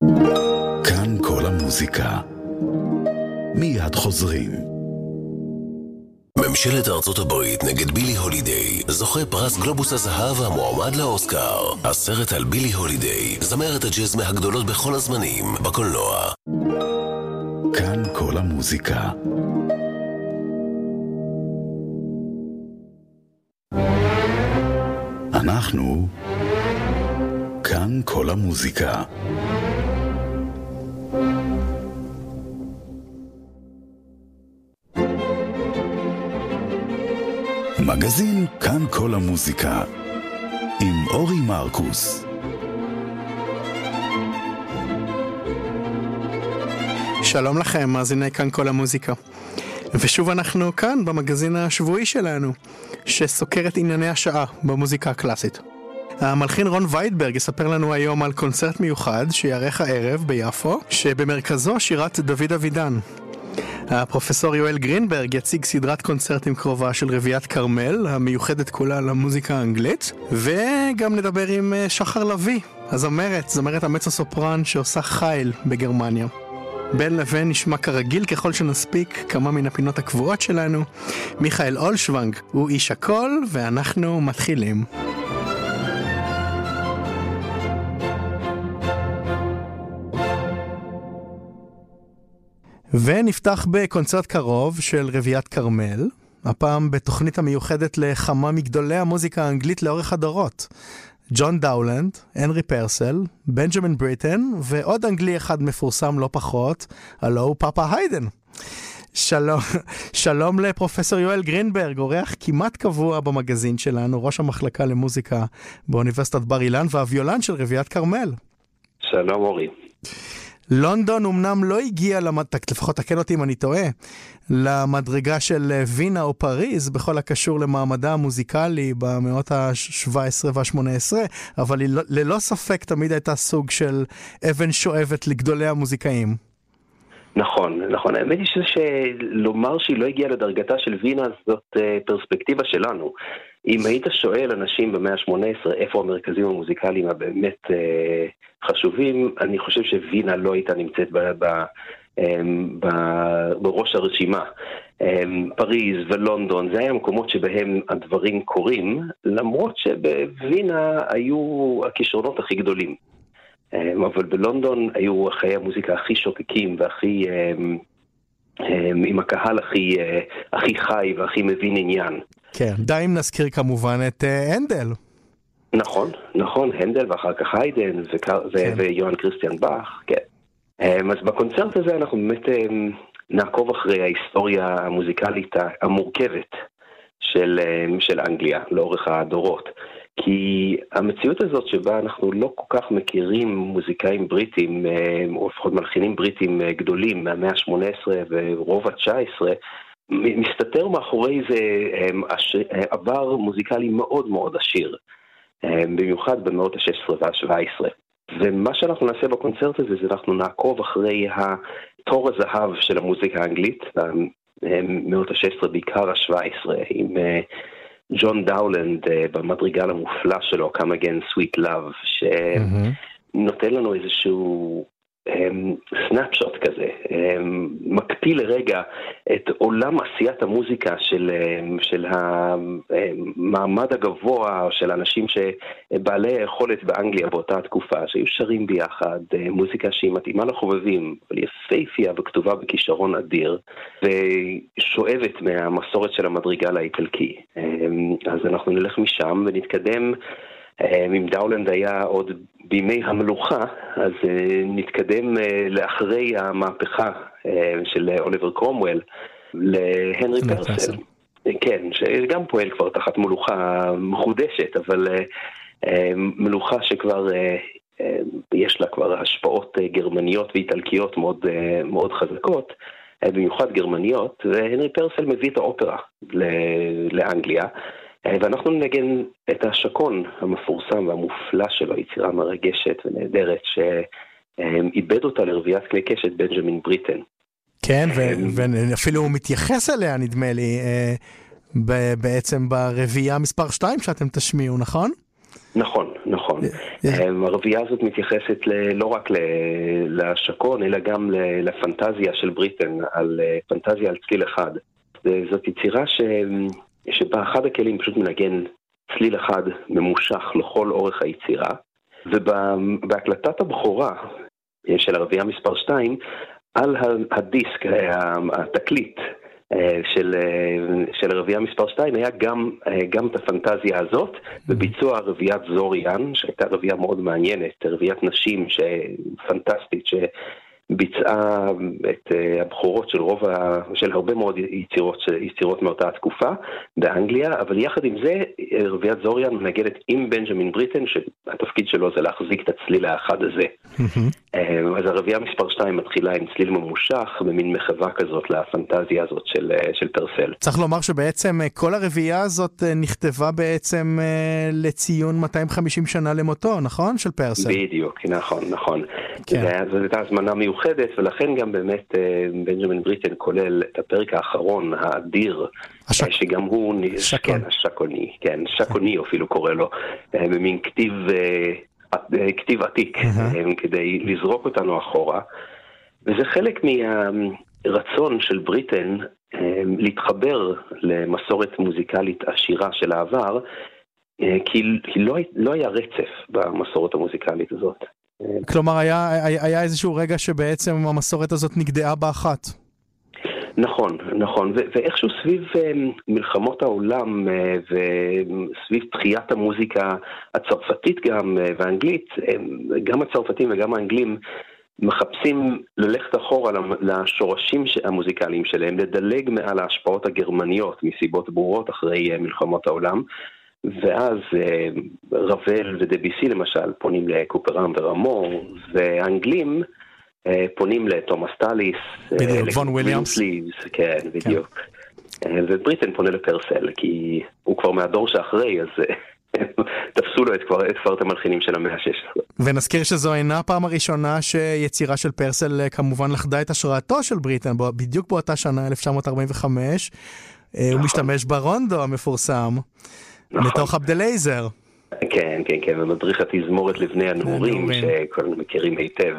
כאן כל המוזיקה. מיד חוזרים. ממשלת ארצות הברית נגד בילי הולידיי, זוכה פרס גלובוס הזהב והמועמד לאוסקר. הסרט על בילי הולידיי, זמרת הג'אז מהגדולות בכל הזמנים, בקולנוע. כאן כל המוזיקה. אנחנו כאן כל המוזיקה. מגזין כאן כל המוזיקה עם אורי מרקוס. שלום לכם, מאזיני כאן כל המוזיקה. ושוב אנחנו כאן במגזין השבועי שלנו, שסוקר את ענייני השעה במוזיקה הקלאסית. המלחין רון ויידברג יספר לנו היום על קונצרט מיוחד שיערך הערב ביפו, שבמרכזו שירת דוד אבידן. הפרופסור יואל גרינברג יציג סדרת קונצרטים קרובה של רביעיית כרמל, המיוחדת כולה למוזיקה האנגלית, וגם נדבר עם שחר לוי, זמרת המצו-סופרן שעושה חיל בגרמניה. בין לבין נשמע כרגיל ככל שנספיק כמה מן הפינות הקבועות שלנו. מיכאל אולשוונג הוא איש הכל, ואנחנו מתחילים. ונפתח בקונצרט קרוב של רביעיית כרמל, הפעם בתוכנית המיוחדת לכמה מגדולי המוזיקה האנגלית לאורך הדורות. ג'ון דאולנד, הנרי פרסל, בנג'מין בריטן, ועוד אנגלי אחד מפורסם לא פחות, הלו הוא פאפה היידן. שלום לפרופסור יואל גרינברג, אורח כמעט קבוע במגזין שלנו, ראש המחלקה למוזיקה באוניברסיטת בר אילן, והוויולן של רביעיית כרמל. שלום אורי. לונדון אמנם לא הגיע, לפחות תקן אותי אם אני טועה, למדרגה של וינה או פריז בכל הקשור למעמדה המוזיקלי במאות ה-17 וה-18, אבל היא ללא ספק תמיד הייתה סוג של אבן שואבת לגדולי המוזיקאים. נכון. האמת היא שלומר שהיא לא הגיעה לדרגתה של וינה זאת פרספקטיבה שלנו. אם היית שואל אנשים במאה ה-18 איפה המרכזים המוזיקליים הבאמת חשובים, אני חושב שווינה לא הייתה נמצאת בראש הרשימה. פריז ולונדון, זה היה מקומות שבהם הדברים קורים, למרות שבווינה היו הכישרונות הכי גדולים. אבל בלונדון היו חיי המוזיקה הכי שוקקים והכי עם הקהל הכי חי והכי מבין עניין. כן, די אם נזכיר כמובן את הנדל. נכון, הנדל ואחר כך היידן ויוהאן כריסטיאן באך, כן. אז בקונצרט הזה אנחנו באמת נעקוב אחרי ההיסטוריה המוזיקלית המורכבת של אנגליה לאורך הדורות. כי המציאות הזאת שבה אנחנו לא כל כך מכירים מוזיקאים בריטים, או לפחות מלחינים בריטים גדולים מהמאה ה-18 ורוב ה-19, מסתתר מאחורי זה עבר מוזיקלי מאוד מאוד עשיר, במיוחד במאות ה-16 וה-17. ומה שאנחנו נעשה בקונצרט הזה, זה אנחנו נעקוב אחרי תור הזהב של המוזיקה האנגלית, במאות ה-16 בעיקר ה-17, עם ג'ון דאולנד במדריגל המופלא שלו, Come Again Sweet Love, שנותן לנו איזשהו סנאפשוט כזה, מקפיא לרגע את עולם עשיית המוזיקה של המעמד הגבוה של אנשים שבעלי היכולת באנגליה באותה התקופה, שהיו שרים ביחד, מוזיקה שהיא מתאימה לחובבים, אבל יפהפייה וכתובה בכישרון אדיר, ושואבת מהמסורת של המדריגל האיטלקי. אז אנחנו נלך משם ונתקדם. אם דאולנד היה עוד בימי המלוכה, אז נתקדם לאחרי המהפכה של אוליבר קרומוול להנרי פרסל. כן, שגם פועל כבר תחת מלוכה מחודשת, אבל מלוכה שכבר יש לה כבר השפעות גרמניות ואיטלקיות מאוד, מאוד חזקות, במיוחד גרמניות, והנרי פרסל מביא את האופרה לאנגליה, ואנחנו נגן את השקון המפורסם והמופלא שלו, יצירה מרגשת ונהדרת שאיבד אותה לרביעיית כלי קשת בנג'מין בריטן. כן, ואפילו הוא מתייחס אליה, נדמה לי, בעצם ברביעייה מספר 2 שאתם תשמיעו, נכון? נכון. נכון. הרביעייה הזאת מתייחסת לא רק לשקון, אלא גם לפנטזיה של בריטן, על פנטזיה על צליל אחד. זאת יצירה שבה אחד הכלים פשוט מנגן צליל אחד ממושך לכל אורך היצירה, ובהקלטת הבכורה של הרביעייה מספר 2, על הדיסק, התקליט של הרביעייה מספר 2, היה גם את הפנטזיה הזאת, בביצוע רביעיית זוריאן, שהייתה רביעייה מאוד מעניינת, רביעיית נשים פנטסטית, ביצעה את הבכורות של הרבה מאוד יצירות מאותה התקופה באנגליה, אבל יחד עם זה רביעיית זוריאן מנגנת עם בנג'מין בריטן, שהתפקיד שלו זה להחזיק את הצליל האחד הזה. אז הרביעייה מספר 2 מתחילה עם צליל ממושך במין מחווה כזאת לפנטזיה הזאת של פרסל. צריך לומר שבעצם כל הרביעייה הזאת נכתבה בעצם לציון 250 שנה למותו, נכון? של פרסל. בדיוק, נכון. זו הייתה הזמנה מיוחדת, ולכן גם באמת בנג'מין בריטן כולל את הפרק האחרון, האדיר, שגם הוא השקוני, שקוני אפילו קורא לו, במין כתיב עתיק, כדי לזרוק אותנו אחורה, וזה חלק מהרצון של בריטן להתחבר למסורת מוזיקלית עשירה של העבר, כי לא היה רצף במסורת המוזיקלית הזאת. כלומר, היה איזשהו רגע שבעצם המסורת הזאת נגדעה באחת. נכון, ואיכשהו סביב מלחמות העולם וסביב תחיית המוזיקה הצרפתית גם והאנגלית, גם הצרפתים וגם האנגלים מחפשים ללכת אחורה לשורשים המוזיקליים שלהם, לדלג מעל ההשפעות הגרמניות מסיבות ברורות אחרי מלחמות העולם, ואז רבל ודביסי למשל פונים לקופרם ורמו, והאנגלים פונים לתומאס טאליס, וון וויליאמס, כן, בדיוק. ובריטן פונה לפרסל, כי הוא כבר מהדור שאחרי, אז תפסו לו כבר את המלחינים של המאה ה-16. ונזכיר שזו אינה הפעם הראשונה שיצירה של פרסל כמובן לחדה את השראתו של בריטן, בדיוק באותה שנה, 1945, הוא משתמש ברונדו המפורסם, מתוך עבדלייזר. כן, ומדריך התזמורת לבני הנעורים, שכולנו מכירים היטב.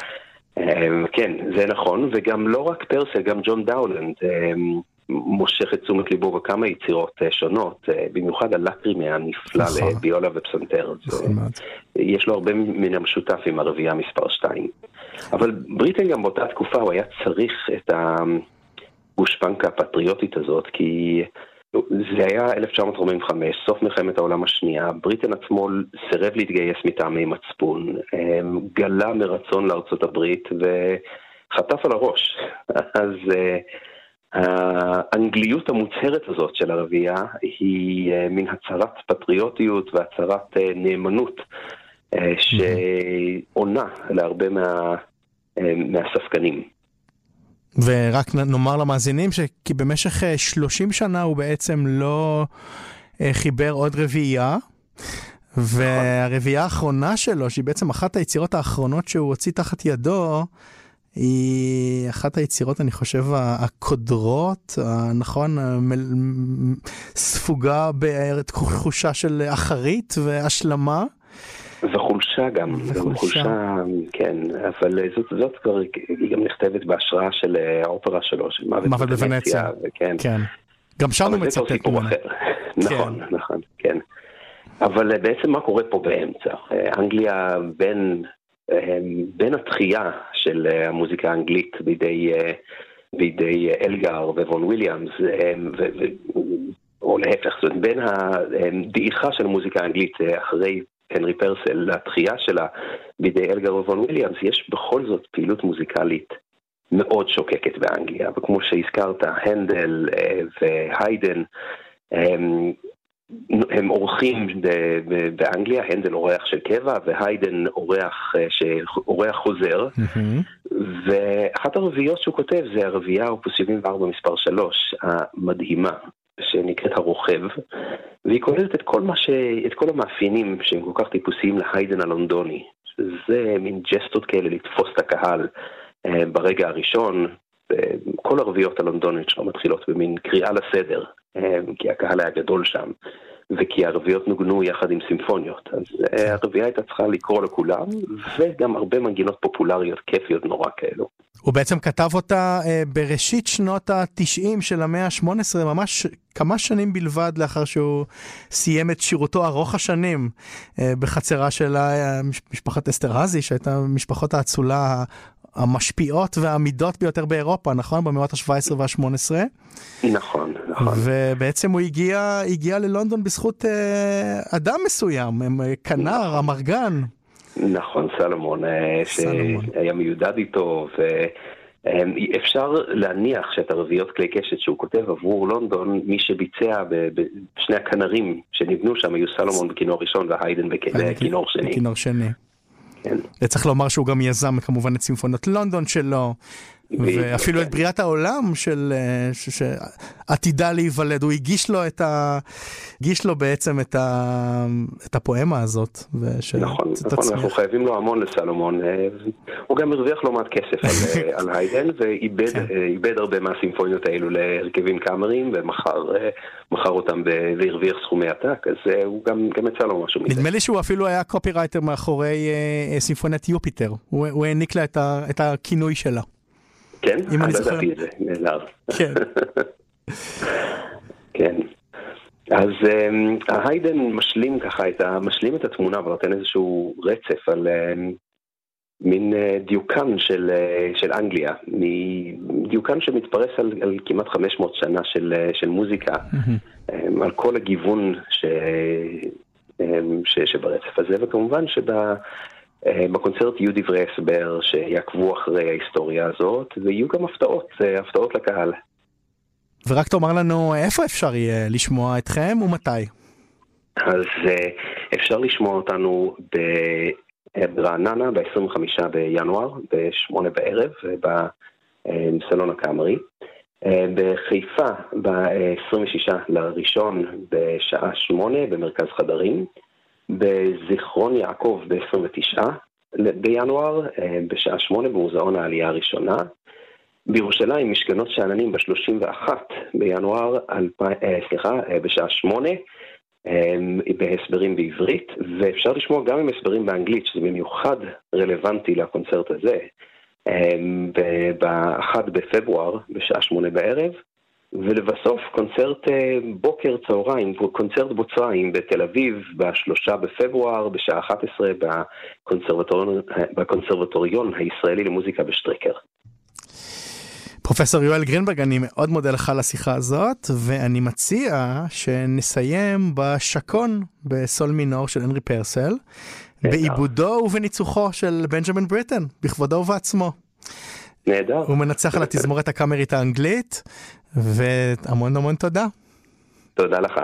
כן, זה נכון, וגם לא רק פרסל, גם ג'ון דאולנד מושך את תשומת ליבו בכמה יצירות שונות, במיוחד הלקרימי הנפלא לביולה ופסנתר. יש לו הרבה מן המשותף עם הרביעייה מספר 2. אבל בריטן גם באותה תקופה הוא היה צריך את הגושפנקה הפטריוטית הזאת, כי זה היה 1945, סוף מלחמת העולם השנייה, בריטן עצמו סירב להתגייס מטעמי מצפון, גלה מרצון לארצות הברית וחטף על הראש. אז האנגליות המוצהרת הזאת של הרביעייה היא מן הצהרת פטריוטיות והצהרת נאמנות שעונה להרבה מהספקנים. ורק נאמר למאזינים כי במשך 30 שנה הוא בעצם לא חיבר עוד רביעייה, והרביעייה האחרונה שלו, שהיא בעצם אחת היצירות האחרונות שהוא הוציא תחת ידו, היא אחת היצירות, אני חושב, הקודרות, נכון, ספוגה בתחושה של אחרית והשלמה. וחולשה גם, חולשה, כן, אבל זאת כבר, היא גם נכתבת בהשראה של האופרה שלו, של מוות בוונציה, כן. גם שם הוא מצטט ממנה. נכון, כן. אבל בעצם מה קורה פה באמצע? אנגליה בין התחייה של המוזיקה האנגלית בידי אלגר ווון וויליאמס, או להפך, זאת אומרת, בין הדעיכה של המוזיקה האנגלית אחרי הנרי פרסל, לתחייה שלה בידי אלגר ווון וויליאמס, יש בכל זאת פעילות מוזיקלית מאוד שוקקת באנגליה, וכמו שהזכרת, הנדל והיידן הם אורחים באנגליה, הנדל אורח של קבע והיידן אורח חוזר, ואחת הרביעיות שהוא כותב זה הרביעייה אופוס 74 מספר 3 המדהימה, שנקראת הרוכב, והיא כוללת את כל המאפיינים שהם כל כך טיפוסיים להיידן הלונדוני, שזה מין ג'סטות כאלה לתפוס את הקהל ברגע הראשון. כל הרביעיות הלונדוניות שלו מתחילות במין קריאה לסדר, כי הקהל היה גדול שם, וכי הערביות נוגנו יחד עם סימפוניות. אז הרביעייה הייתה צריכה לקרוא לכולם, וגם הרבה מנגינות פופולריות, כיפיות נורא כאלו. הוא בעצם כתב אותה בראשית שנות ה-90 של המאה ה-18, ממש כמה שנים בלבד לאחר שהוא סיים את שירותו ארוך השנים בחצרה של משפחת אסטרהזי, שהייתה משפחות האצולה המשפיעות והעמידות ביותר באירופה, נכון? במאות ה-17 וה-18. נכון, נכון. ובעצם הוא הגיע ללונדון בזכות אדם מסוים, כנר, אמרגן. נכון, סלומון, שהיה מיודד איתו, ואפשר להניח שאת הרביעיות כלי קשת שהוא כותב עבור לונדון, מי שביצע בשני הכנרים שנבנו שם היו סלומון בכינור ראשון והיידן בכינור שני. בכינור שני. צריך לומר שהוא גם יזם כמובן את סימפוניות לונדון שלו, ואפילו את בריאת העולם שעתידה להיוולד, הוא הגיש לו בעצם את הפואמה הזאת. נכון, אנחנו חייבים לו המון לסלומון, הוא גם הרוויח לו מעט כסף על היידן, ואיבד הרבה מהסימפוניות האלו להרכבים קאמריים, ומחר אותם והרוויח סכומי עתק, אז הוא גם יצא לו משהו מזה. נדמה לי שהוא אפילו היה קופירייטר מאחורי סימפוניית יופיטר, הוא העניק לה את הכינוי שלה. כן? אני לא ידעתי את זה, נהדר. כן. כן. אז היידן משלים ככה, משלים את התמונה, אבל נותן איזשהו רצף על מין דיוקן של אנגליה, דיוקן שמתפרס על כמעט 500 שנה של מוזיקה, על כל הגיוון שברצף הזה, וכמובן בקונצרט יהיו דברי הסבר שיעקבו אחרי ההיסטוריה הזאת, ויהיו גם הפתעות לקהל. ורק תאמר לנו איפה אפשר יהיה לשמוע אתכם ומתי? אז אפשר לשמוע אותנו ברעננה ב-25 בינואר, ב-8 בערב, בסלון הקאמרי. בחיפה ב-26 לראשון בשעה 8 במרכז חדרים. בזיכרון יעקב ב-29 בינואר, בשעה 8 במוזיאון העלייה הראשונה. בירושלים משכנות שאננים ב-31 בינואר, בשעה 8, בהסברים בעברית, ואפשר לשמוע גם עם הסברים באנגלית, שזה במיוחד רלוונטי לקונצרט הזה, ב-1 בפברואר, בשעה 8 בערב, ולבסוף קונצרט בוקר צהריים, קונצרט בוצריים בתל אביב ב-3 בפברואר בשעה 11 בקונסרבטוריון הישראלי למוזיקה בשטרקר. פרופסור יואל גרינברג, אני מאוד מודה לך על השיחה הזאת, ואני מציע שנסיים בשקון בסול מינור של הנרי פרסל, בעיבודו ובניצוחו של בנג'מין בריטן, בכבודו ובעצמו. נהדר. הוא מנצח על התזמורת הקאמרית האנגלית, והמון המון תודה. תודה לך.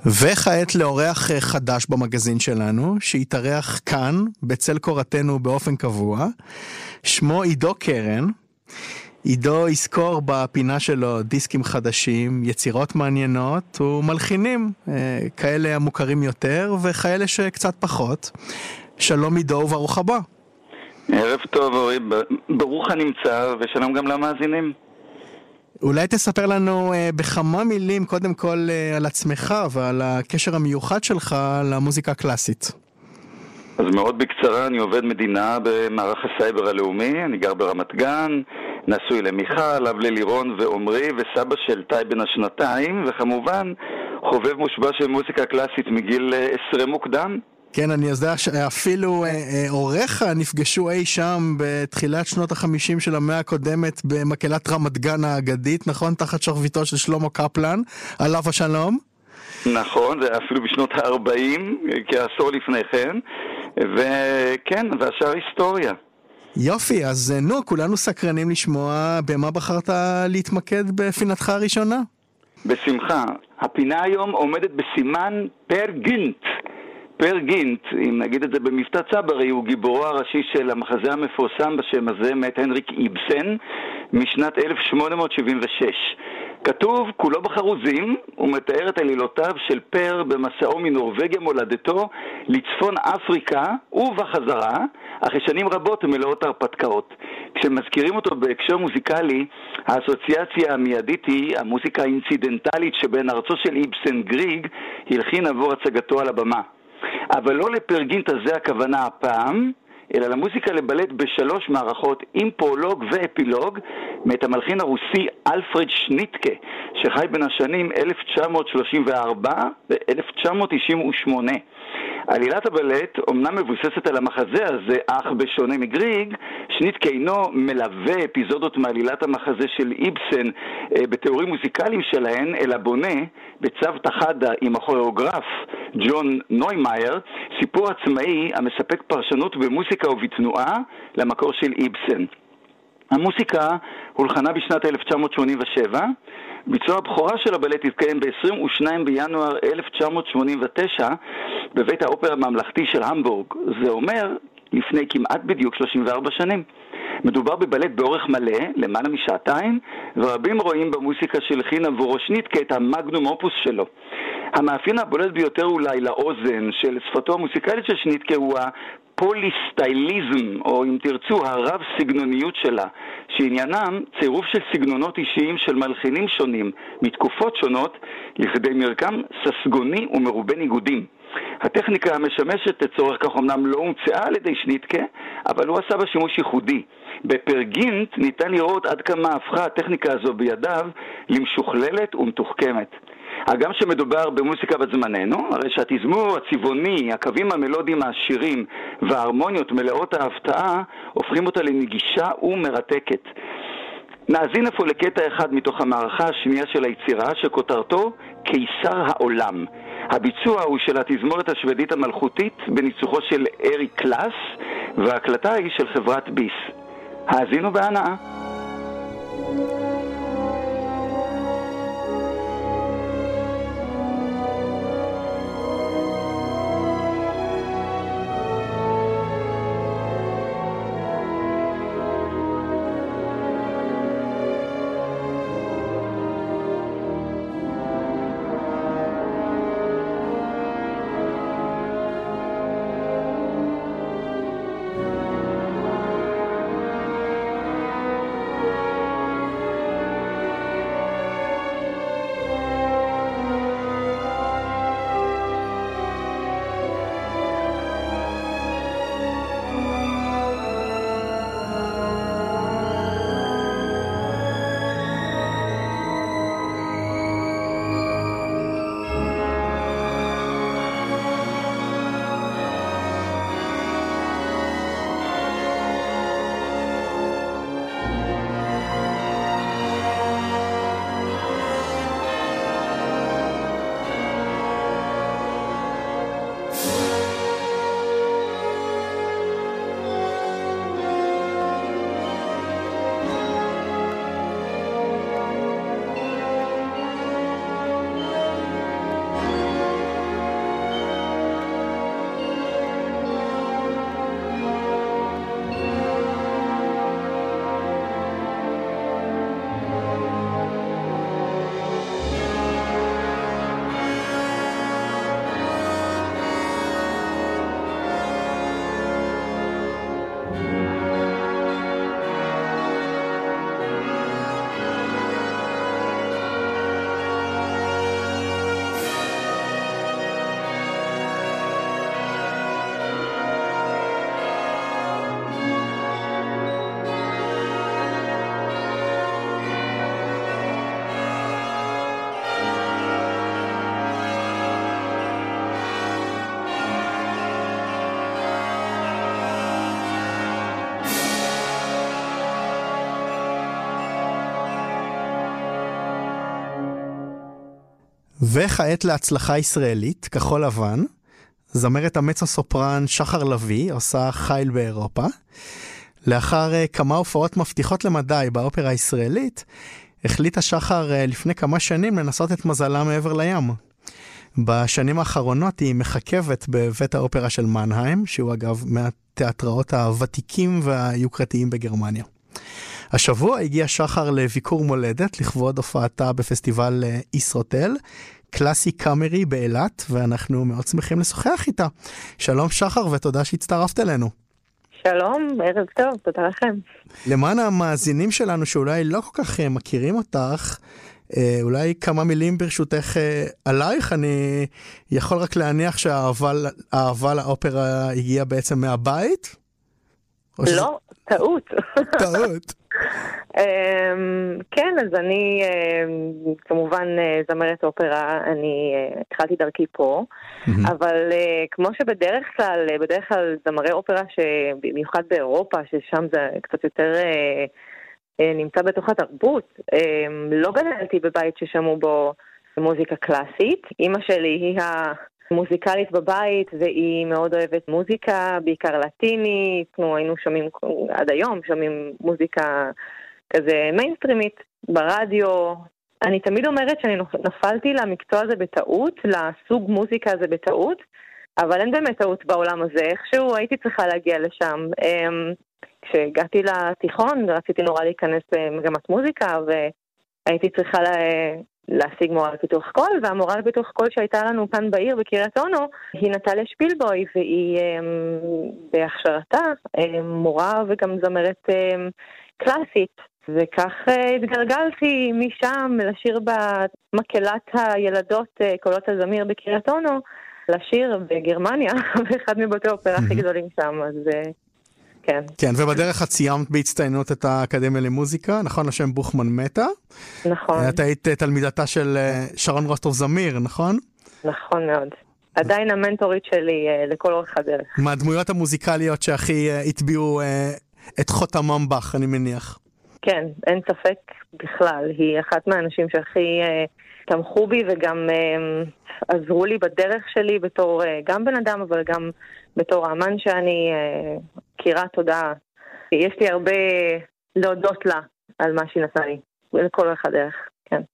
וכעת לאורח חדש במגזין שלנו, שהתארח כאן, בצל קורתנו באופן קבוע. שמו עידו קרן. עידו יזכור בפינה שלו דיסקים חדשים, יצירות מעניינות ומלחינים, כאלה המוכרים יותר וכאלה שקצת פחות. שלום עידו וברוך הבא. ערב טוב אורי, ברוך הנמצא ושלום גם למאזינים. אולי תספר לנו בכמה מילים קודם כל על עצמך ועל הקשר המיוחד שלך למוזיקה הקלאסית. אז מאוד בקצרה, אני עובד מדינה במערך הסייבר הלאומי, אני גר ברמת גן, נשוי למיכל, אב ללירון ועומרי וסבא של טי בן השנתיים, וכמובן חובב מושבע של מוזיקה קלאסית מגיל 20 מוקדם. כן, אני יודע שאפילו עורך נפגשו אי שם בתחילת שנות ה-50 של המאה הקודמת במקהלת רמת גן האגדית, נכון? תחת שרביטו של שלמה קפלן, עליו השלום. נכון, זה אפילו בשנות ה-40, כעשור לפני כן, וכן, והשאר היסטוריה. יופי, אז כולנו סקרנים לשמוע במה בחרת להתמקד בפינתך הראשונה. בשמחה. הפינה היום עומדת בסימן פר גינט. פר גינט, אם נגיד את זה במבטא צברי, הוא גיבורו הראשי של המחזה המפורסם בשם הזה, מאת הנריק איבסן, משנת 1876. כתוב, כולו בחרוזים, הוא מתאר את עלילותיו של פר במסעו מנורווגיה מולדתו לצפון אפריקה ובחזרה, אחרי שנים רבות מלאות הרפתקאות. כשמזכירים אותו בהקשר מוזיקלי, האסוציאציה המיידית היא המוזיקה האינצידנטלית שבין ארצו של איבסן גריג הלחין עבור הצגתו על הבמה. אבל לא לפרגינט הזה הכוונה הפעם, אלא למוזיקה לבלט בשלוש מערכות עם פרולוג ואפילוג מאת המלחין הרוסי אלפרד שניטקה, שחי בין השנים 1934 ו-1998. עלילת הבלט אומנם מבוססת על המחזה הזה, אך בשונה מגריג, שניטקה אינו מלווה אפיזודות מעלילת המחזה של איבסן בתיאורים מוזיקליים שלהן, אלא בונה בצוותא חדא עם הכוריאוגרף ג'ון נוימייר סיפור עצמאי המספק פרשנות במוזיקה ובתנועה למקור של איבסן. המוסיקה הולחנה בשנת 1987, ביצוע הבכורה של הבלט התקיים ב-22 בינואר 1989 בבית האופרה הממלכתי של המבורג. זה אומר לפני כמעט בדיוק 34 שנים. מדובר בבלט באורך מלא, למעלה משעתיים, ורבים רואים במוסיקה שהלחין עבורו שניטקה את המגנום אופוס שלו. המאפיין הבולט ביותר אולי לאוזן של שפתו המוסיקלית של שניטקה הוא הפוליסטייליזם, או אם תרצו הרב סגנוניות שלה, שעניינם צירוף של סגנונות אישיים של מלחינים שונים מתקופות שונות לכדי מרקם ססגוני ומרובה ניגודים. הטכניקה המשמשת לצורך כך אמנם לא הומצאה על ידי שניטקה, אבל הוא עשה בה שימוש ייחודי. בפרגינט ניתן לראות עד כמה הפכה הטכניקה הזו בידיו למשוכללת ומתוחכמת. הגם שמדובר במוסיקה בת זמננו, הרי שהתזמור הצבעוני, הקווים המלודיים העשירים וההרמוניות מלאות ההפתעה הופכים אותה לנגישה ומרתקת. נאזין אפוא לקטע אחד מתוך המערכה השנייה של היצירה שכותרתו קיסר העולם. הביצוע הוא של התזמורת השוודית המלכותית בניצוחו של אריק קלאס, וההקלטה היא של חברת ביס. האזינו בהנאה. וכעת להצלחה ישראלית, כחול לבן, זמרת המצו סופרן שחר לוי עושה חיל באירופה. לאחר כמה הופעות מבטיחות למדי באופרה הישראלית, החליטה שחר לפני כמה שנים לנסות את מזלה מעבר לים. בשנים האחרונות היא מחכבת בבית האופרה של מנהיים, שהוא אגב מהתיאטראות הוותיקים והיוקרתיים בגרמניה. השבוע הגיע שחר לביקור מולדת לכבוד הופעתה בפסטיבל ישרוטל, קלאסי קאמרי באילת, ואנחנו מאוד שמחים לשוחח איתה. שלום שחר ותודה שהצטרפת אלינו. שלום, ערב טוב, תודה לכם. למען המאזינים שלנו שאולי לא כל כך מכירים אותך, אולי כמה מילים ברשותך עלייך. אני יכול רק להניח שהאהבה לאופרה הגיעה בעצם מהבית? לא, טעות. טעות. כן, אז אני כמובן זמרת אופרה, אני התחלתי דרכי פה, אבל כמו שבדרך כלל זמרי אופרה שבמיוחד באירופה, ששם זה קצת יותר נמצא בתוך התרבות, לא גדלתי בבית ששמעו בו מוזיקה קלאסית. אמא שלי היא המוזיקלית בבית, והיא מאוד אוהבת מוזיקה, בעיקר לטינית. אנחנו היינו שומעים, עד היום שומעים מוזיקה כזה מיינסטרימית ברדיו. אני תמיד אומרת שאני נפלתי למקצוע הזה בטעות, לסוג מוזיקה הזה בטעות, אבל אין באמת טעות בעולם הזה. איכשהו הייתי צריכה להגיע לשם. כשהגעתי לתיכון, רציתי נורא להיכנס במגמת מוזיקה, והייתי צריכה להשיג מורה לפיתוח קול, והמורה לפיתוח קול שהייתה לנו כאן בעיר בקריית אונו, היא נטליה שפילבוי, והיא בהכשרתה מורה וגם זמרת קלאסית. וכך התגלגלתי משם לשיר במקהלת הילדות קולות הזמיר בקריית אונו, לשיר בגרמניה, באחד מבתי האופרה הכי גדולים שם, אז כן. כן, ובדרך את סיימת בהצטיינות את האקדמיה למוזיקה, נכון? השם בוכמן מתה. נכון. את היית תלמידתה של שרון רוסטוב זמיר, נכון? נכון מאוד. עדיין המנטורית שלי לכל אורך הדרך. מהדמויות המוזיקליות שהכי הטביעו את חותמם בך, אני מניח. כן, אין ספק בכלל. היא אחת מהאנשים שהכי תמכו בי וגם עזרו לי בדרך שלי בתור גם בן אדם, אבל גם בתור האמן שאני מכירה. תודה. יש לי הרבה להודות לה על מה שהיא נתנה לי, לכל אורך הדרך, כן.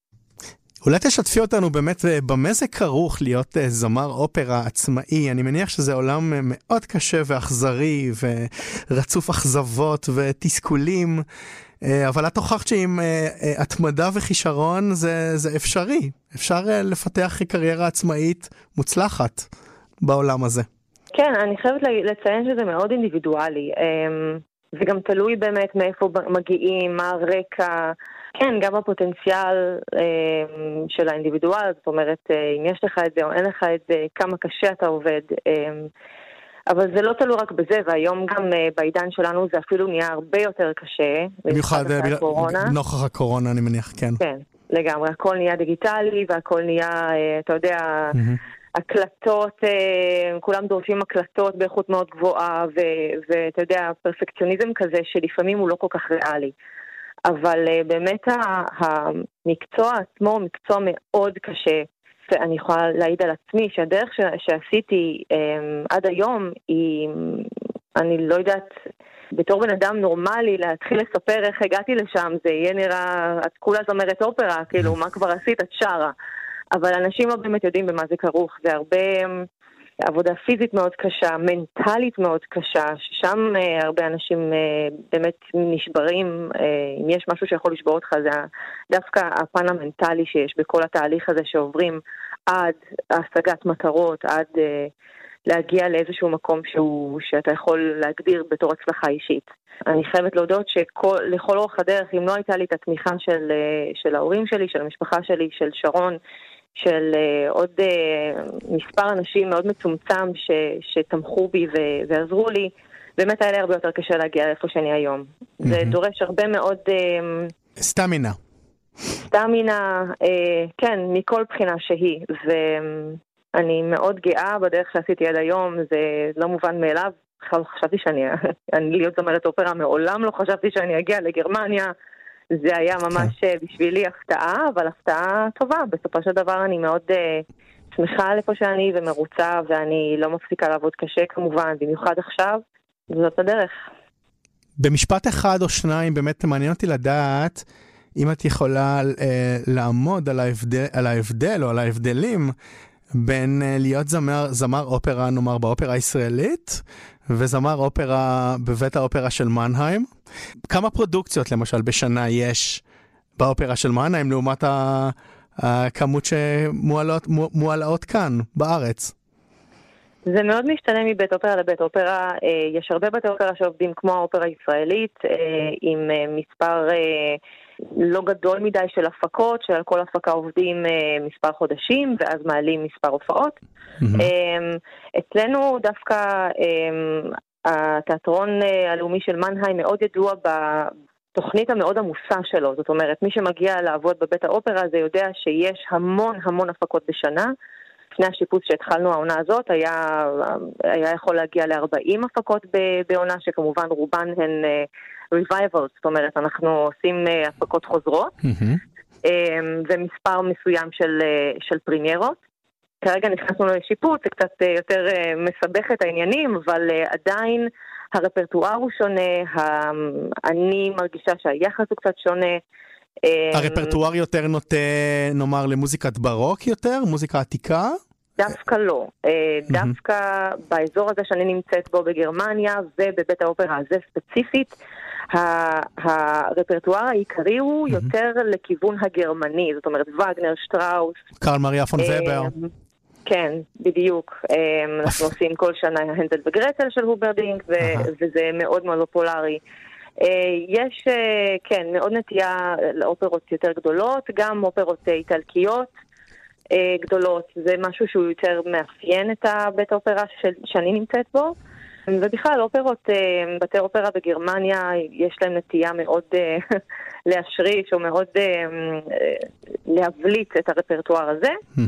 אולי תשתפי אותנו באמת במה זה כרוך להיות זמר אופרה עצמאי. אני מניח שזה עולם מאוד קשה ואכזרי ורצוף אכזבות ותסכולים, אבל את הוכחת שעם התמדה וכישרון זה אפשרי. אפשר לפתח קריירה עצמאית מוצלחת בעולם הזה. כן, אני חייבת לציין שזה מאוד אינדיבידואלי. זה גם תלוי באמת מאיפה מגיעים, מה הרקע. כן, גם הפוטנציאל של האינדיבידואל, זאת אומרת, אם יש לך את זה או אין לך את זה, כמה קשה אתה עובד. אבל זה לא תלוי רק בזה, והיום גם בעידן שלנו זה אפילו נהיה הרבה יותר קשה. במיוחד נוכח הקורונה, אני מניח, כן. כן, לגמרי. הכל נהיה דיגיטלי, והכל נהיה, אתה יודע, הקלטות, כולם דורשים הקלטות באיכות מאוד גבוהה, ואתה יודע, פרפקציוניזם כזה שלפעמים הוא לא כל כך ריאלי. אבל באמת המקצוע עצמו הוא מקצוע מאוד קשה, ואני יכולה להעיד על עצמי שהדרך שעשיתי עד היום היא, אני לא יודעת, בתור בן אדם נורמלי להתחיל לספר איך הגעתי לשם, זה יהיה נראה, את כולה זמרת אופרה, כאילו מה כבר עשית, את שרה. אבל אנשים לא באמת יודעים במה זה כרוך, זה הרבה עבודה פיזית מאוד קשה, מנטלית מאוד קשה, ששם הרבה אנשים באמת נשברים. אם יש משהו שיכול לשבור אותך, זה דווקא הפן המנטלי שיש בכל התהליך הזה שעוברים עד השגת מטרות, עד להגיע לאיזשהו מקום שאתה יכול להגדיר בתור הצלחה אישית. אני חייבת להודות שלכל אורך הדרך, אם לא הייתה לי את התמיכה של ההורים שלי, של המשפחה שלי, של שרון, של עוד מספר אנשים מאוד מצומצם שתמכו בי ועזרו לי, באמת היה לי הרבה יותר קשה להגיע לאיפה שאני היום. זה דורש הרבה מאוד סטמינה. סטמינה, כן, מכל בחינה שהיא. ואני מאוד גאה בדרך שעשיתי עד היום, זה לא מובן מאליו. חשבתי שאני להיות זמרת אופרה, מעולם לא חשבתי שאני אגיע לגרמניה, זה היה ממש בשבילי הפתעה, אבל הפתעה טובה. בסופו של דבר אני מאוד שמחה על איפה שאני ומרוצה, ואני לא מפסיקה לעבוד קשה כמובן, במיוחד עכשיו, זאת הדרך. במשפט אחד או שניים, באמת מעניין אותי לדעת אם את יכולה לעמוד על ההבדל או על ההבדלים בין להיות זמר אופרה, נאמר, באופרה הישראלית, וזמר אופרה בבית האופרה של מנהיים. כמה פרודוקציות למשל בשנה יש באופרה של מנהיים לעומת הכמות שמועלות כאן בארץ? זה מאוד משתנה מבית אופרה לבית אופרה. יש הרבה בתי אופרה שעובדים כמו האופרה הישראלית, עם מספר לא גדול מדי של הפקות, שעל כל הפקה עובדים מספר חודשים, ואז מעלים מספר הופעות. אצלנו דווקא התיאטרון הלאומי של מנהיים מאוד ידוע בתוכנית המאוד עמוסה שלו. זאת אומרת, מי שמגיע לעבוד בבית האופרה הזה יודע שיש המון המון הפקות בשנה. לפני השיפוץ שהתחלנו העונה הזאת, היה יכול להגיע ל-40 הפקות בעונה, שכמובן רובן הן revivals, זאת אומרת, אנחנו עושים הפקות חוזרות, ומספר מסוים של פרימיירות. כרגע נכנסנו לשיפוץ, זה קצת יותר מסבך את העניינים, אבל עדיין הרפרטואר הוא שונה, אני מרגישה שהיחס הוא קצת שונה. הרפרטואר יותר נוטה, נאמר, למוזיקת ברוק יותר? מוזיקה עתיקה? דווקא לא. דווקא באזור הזה שאני נמצאת בו בגרמניה ובבית האופרה הזה ספציפית, הרפרטואר העיקרי הוא יותר לכיוון הגרמני, זאת אומרת וגנר, שטראוס. קרל מריה פון ובר. כן, בדיוק. אנחנו עושים כל שנה הנדל וגרטל של הוברדינג, וזה מאוד מאוד פופולרי. יש, כן, מאוד נטייה לאופרות יותר גדולות, גם אופרות איטלקיות גדולות, זה משהו שהוא יותר מאפיין את בית האופרה שאני נמצאת בו, ובכלל אופרות, בתי אופרה בגרמניה יש להם נטייה מאוד להשריש או מאוד להבליט את הרפרטואר הזה.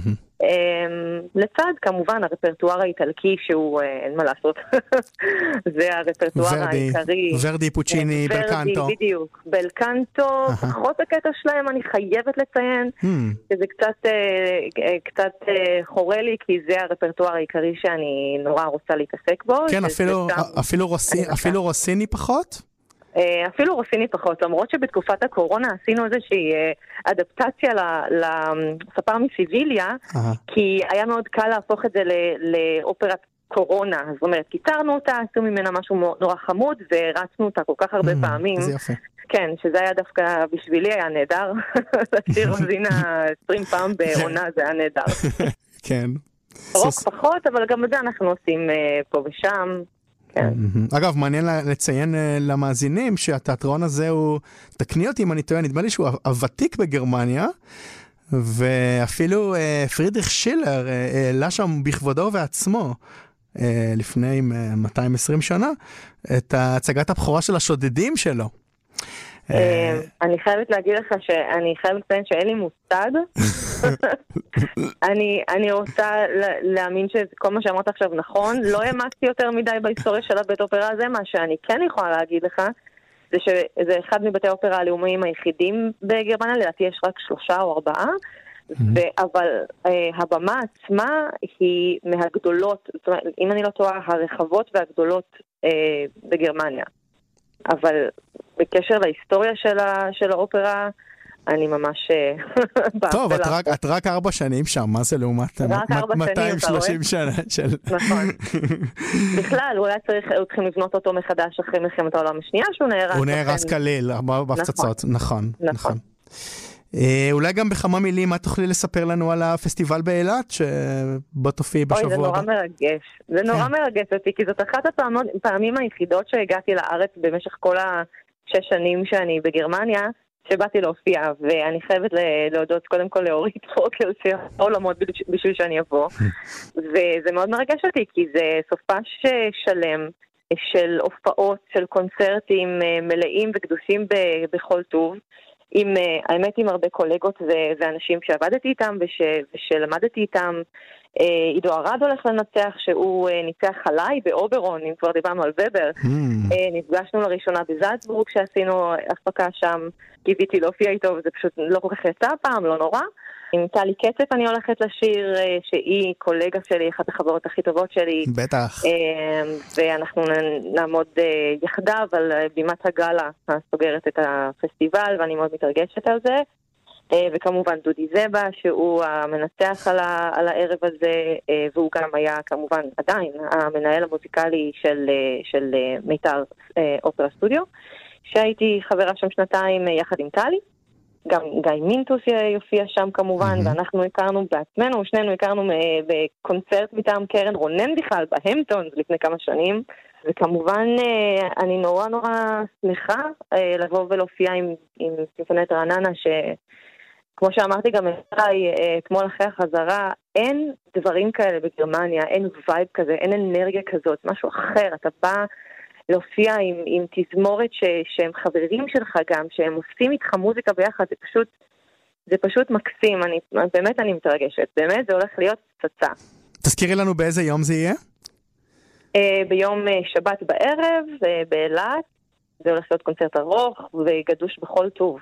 לצד כמובן הרפרטואר האיטלקי שהוא אין מה לעשות, זה הרפרטואר העיקרי, ורדי, פוצ'יני, בלקנטו. בדיוק, בלקנטו, פחות הקטע שלהם אני חייבת לציין, שזה קצת חורה לי, כי זה הרפרטואר העיקרי שאני נורא רוצה להתעסק בו. כן, אפילו רוסיני פחות? אפילו רוסיני פחות, למרות שבתקופת הקורונה עשינו איזושהי אדפטציה לספר מסיביליה, כי היה מאוד קל להפוך את זה לאופרת קורונה. זאת אומרת, קיצרנו אותה, עשו ממנה משהו נורא חמוד, ורצנו אותה כל כך הרבה פעמים. זה יפה. כן, שזה היה דווקא בשבילי היה נהדר. לשיר רוזינה 20 פעם בעונה זה היה נהדר. כן. רוק פחות, אבל גם את זה אנחנו עושים פה ושם. אגב, מעניין לציין למאזינים שהתיאטרון הזה הוא, תקני אותי אם אני טועה, נדמה לי שהוא הוותיק בגרמניה, ואפילו פרידריך שילר העלה שם בכבודו ובעצמו, לפני 220 שנה, את הצגת הבכורה של השודדים שלו. אני חייבת להגיד לך שאני חייבת לציין שאין לי מושג. אני רוצה להאמין שכל מה שאמרת עכשיו נכון. לא העמקתי יותר מדי בהיסטוריה של הבית אופרה הזה. מה שאני כן יכולה להגיד לך זה שזה אחד מבתי האופרה הלאומיים היחידים בגרמניה, לדעתי יש רק 3 או 4, אבל הבמה עצמה היא מהגדולות, זאת אומרת, אם אני לא טועה, הרחבות והגדולות בגרמניה. אבל בקשר להיסטוריה של האופרה, אני ממש... טוב, את רק 4 שנים שם, מה זה לעומת 230 שנה של... נכון. בכלל, אולי צריכים לבנות אותו מחדש אחרי מלחמת העולם השנייה, שהוא נהרס. הוא נהרס כליל, בהפצצות, נכון. אולי גם בכמה מילים, מה תוכלי לספר לנו על הפסטיבל באילת, שבתופי בשבוע הבא? אוי, זה נורא מרגש. זה נורא מרגש אותי, כי זאת אחת הפעמים היחידות שהגעתי לארץ במשך כל 6 שנים שאני בגרמניה, שבאתי להופיע, ואני חייבת להודות קודם כל לאורית פוקר, שעולמות בשביל שאני אבוא. וזה מאוד מרגש אותי, כי זה סופש שלם של הופעות, של קונצרטים מלאים וקדושים בכל טוב. האמת עם הרבה קולגות ואנשים שעבדתי איתם ושלמדתי איתם. עידו ארד הולך לנצח, שהוא ניצח עליי באוברון, אם כבר דיברנו על ובר. נפגשנו לראשונה בזלצבורג שעשינו הפקה שם, קיוויתי להופיע איתו וזה פשוט לא כל כך יצא פעם, לא נורא. עם טלי קצף אני הולכת לשיר, שהיא קולגה שלי, אחת החברות הכי טובות שלי. בטח. ואנחנו נעמוד יחדיו על בימת הגלה הסוגרת את הפסטיבל, ואני מאוד מתרגשת על זה. וכמובן דודי זבה, שהוא המנצח על הערב הזה, והוא גם היה כמובן עדיין המנהל המוזיקלי של מיתר אופרה סטודיו, שהייתי חברה שם שנתיים יחד עם טלי. גם גיא מינטוס יופיע שם כמובן, ואנחנו הכרנו בעצמנו, שנינו הכרנו בקונצרט מטעם קרן רונן בכלל, בהמפטונס לפני כמה שנים, וכמובן אני נורא שמחה לבוא ולהופיע עם סימפוניית רעננה, שכמו שאמרתי גם כמו אחרי החזרה, אין דברים כאלה בגרמניה, אין וייב כזה, אין אנרגיה כזאת, משהו אחר, אתה בא להופיע עם תזמורת שהם חברים שלך גם, שהם עושים איתך מוזיקה ביחד, זה פשוט מקסים, באמת אני מתרגשת, באמת זה הולך להיות פצצה. תזכירי לנו באיזה יום זה יהיה? ביום שבת בערב, באילת, זה הולך להיות קונצרט ארוך וגדוש בכל טוב.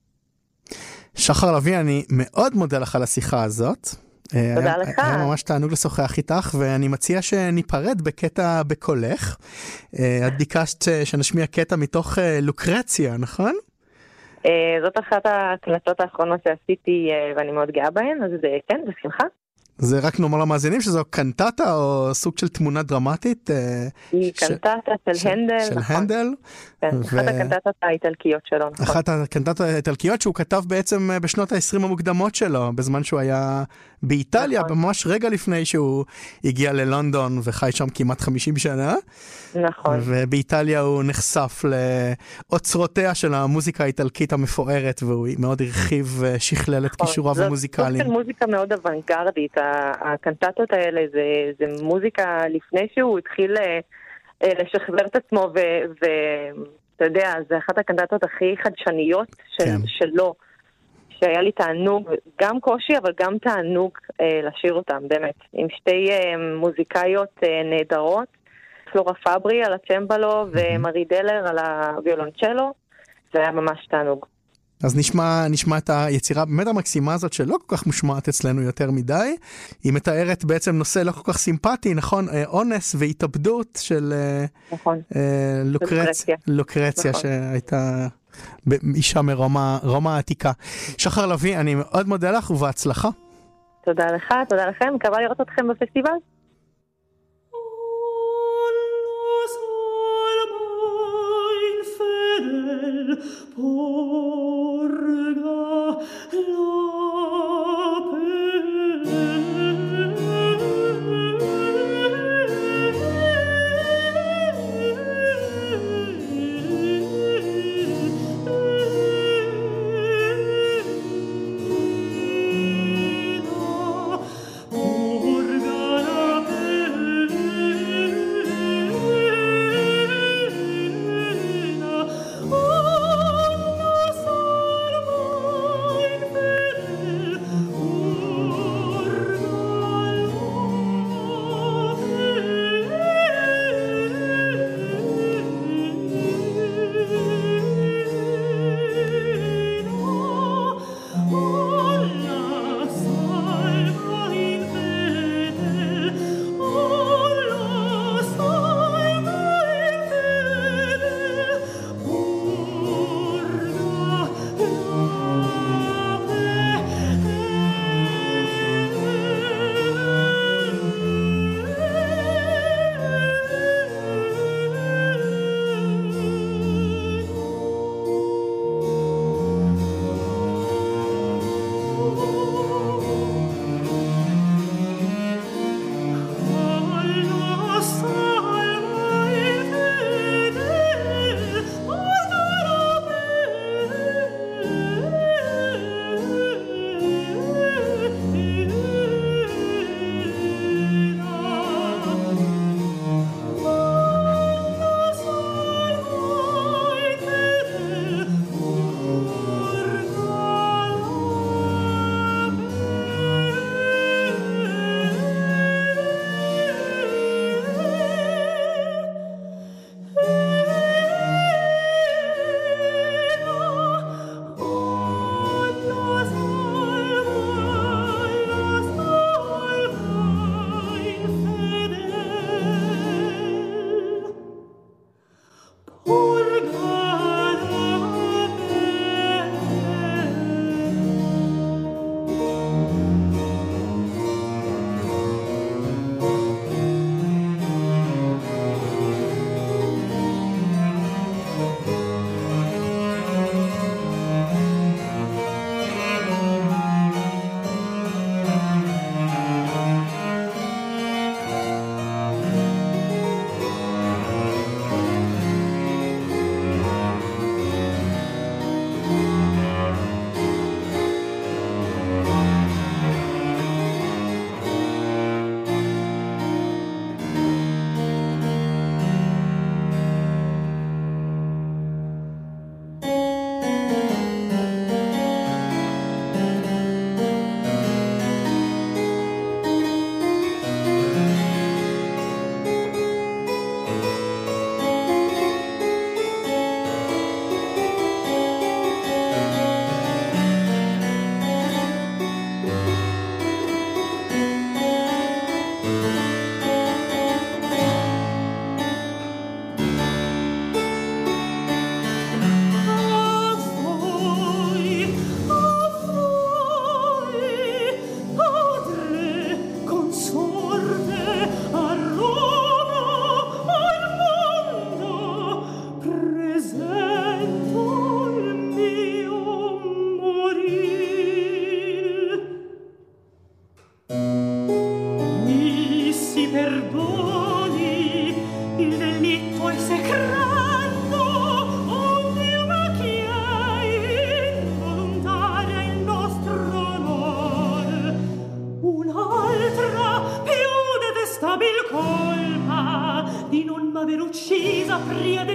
שחר לוי, אני מאוד מודה לך על השיחה הזאת. תודה לך. היה ממש תענוג לשוחח איתך, ואני מציע שניפרד בקטע בקולך. את ביקשת שנשמיע קטע מתוך לוקרציה, נכון? זאת אחת הקלטות האחרונות שעשיתי, ואני מאוד גאה בהן, אז כן, בשמחה. זה רק נאמר למאזינים שזו קנטטה או סוג של תמונה דרמטית? היא קנטטה של הנדל. של הנדל. אחת הקנטטות האיטלקיות שלו. אחת הקנטטות האיטלקיות שהוא כתב בעצם בשנות ה-20 המוקדמות שלו, בזמן שהוא היה באיטליה, ממש רגע לפני שהוא הגיע ללונדון וחי שם כמעט 50 שנה. נכון. ובאיטליה הוא נחשף לאוצרותיה של המוזיקה האיטלקית המפוארת, והוא מאוד הרחיב ושכלל את כישוריו המוזיקליים. זאת של מוזיקה מאוד אוונגרדית, הקנטטות האלה זה מוזיקה לפני שהוא התחיל לשחזר את עצמו, ואתה יודע, זה אחת הקנטטות הכי חדשניות שלו, שהיה לי תענוג, גם קושי, אבל גם תענוג לשיר אותם, באמת, עם שתי מוזיקאיות נהדרות, פלורה פברי על הצ'מבלו ומרי דלר על הוויולונצ'לו, זה היה ממש תענוג. אז נשמע את היצירה באמת המקסימה הזאת שלא כל כך מושמעת אצלנו יותר מדי. היא מתארת בעצם נושא לא כל כך סימפטי, נכון? אונס והתאבדות של לוקרציה שהייתה אישה מרומא העתיקה. שחר לוי, אני מאוד מודה לך ובהצלחה. תודה לך, תודה לכם. מקווה לראות אתכם בפסטיבל.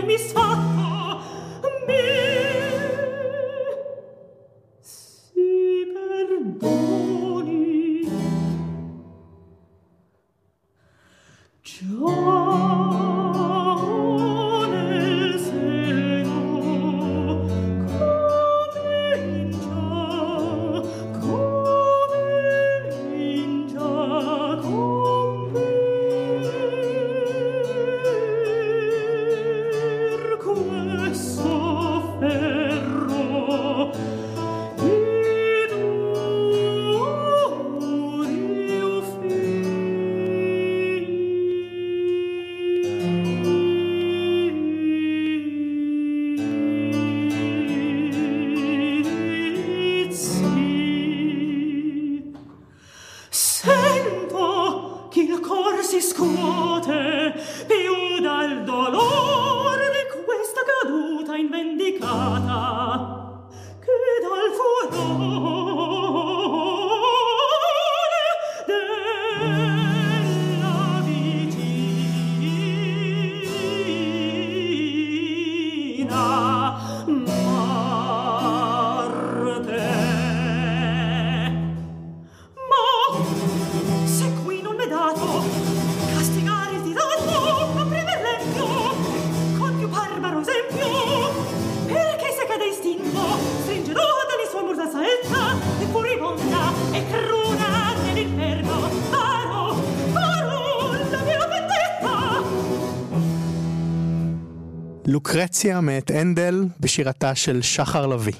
לוקרציה מאת הנדל בשירתה של שחר לוי.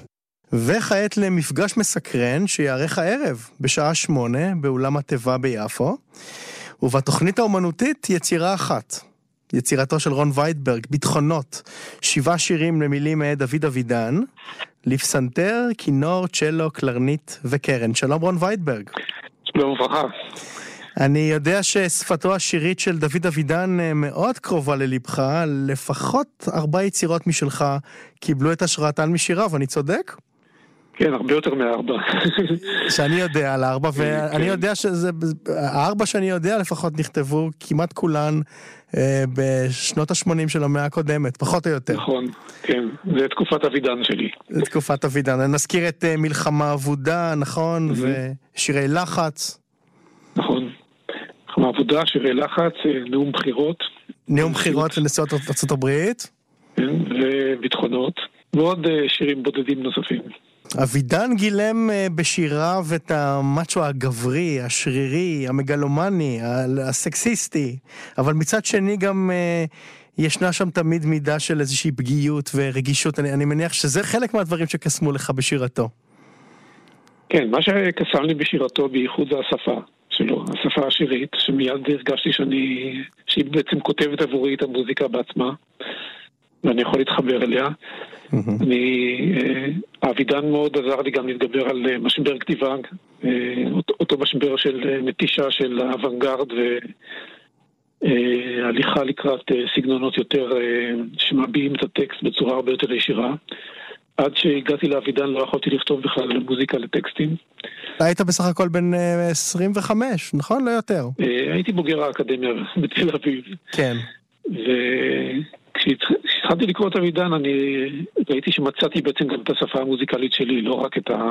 וכעת למפגש מסקרן שיערך הערב בשעה 8 באולם הטבע ביפו, ובתוכנית האומנותית יצירה אחת, יצירתו של רון ויידברג, ביטחונות, 7 שירים למילים מאת דוד אבידן, לפסנתר, כינור, צ'לו, קלרנית וקרן. שלום רון ויידברג. שלום וברכה. אני יודע ששפתו השירית של דוד אבידן מאוד קרובה ללבך, לפחות 4 יצירות משלך קיבלו את השראתן משיריו, אני צודק? כן, הרבה יותר מ4. שאני יודע על 4, ואני יודע שזה, 4 שאני יודע לפחות נכתבו כמעט כולן בשנות ה-80 של המאה הקודמת, פחות או יותר. נכון, כן, זה תקופת אבידן שלי. זה תקופת אבידן, נזכיר את מלחמה אבודה, נכון, ושירי לחץ. נכון. עבודה, שירי לחץ, נאום בחירות. נאום בחירות לנשיאות ארצות הברית. כן, וביטחונות. ועוד שירים בודדים נוספים. אבידן גילם בשיריו את המאצ'ו הגברי, השרירי, המגלומני, הסקסיסטי. אבל מצד שני גם ישנה שם תמיד מידה של איזושהי פגיעות ורגישות. אני מניח שזה חלק מהדברים שקסמו לך בשירתו. כן, מה שקסם לי בשירתו בייחוד זה השפה שלו, השפה השירית, שמיד הרגשתי שהיא בעצם כותבת עבורי את המוזיקה בעצמה, ואני יכול להתחבר אליה. אבידן מאוד עזר לי גם להתגבר על משבר כתיבה, אותו משבר של נטישה של האוונגרד והליכה לקראת סגנונות יותר שמביעים את הטקסט בצורה הרבה יותר ישירה. עד שהגעתי לאבידן לא יכולתי לכתוב בכלל מוזיקה לטקסטים. היית בסך הכל בן 25, נכון? לא יותר. הייתי בוגר האקדמיה בתל אביב. כן. וכשהתחלתי לקרוא את אבידן, אני ראיתי שמצאתי בעצם גם את השפה המוזיקלית שלי, לא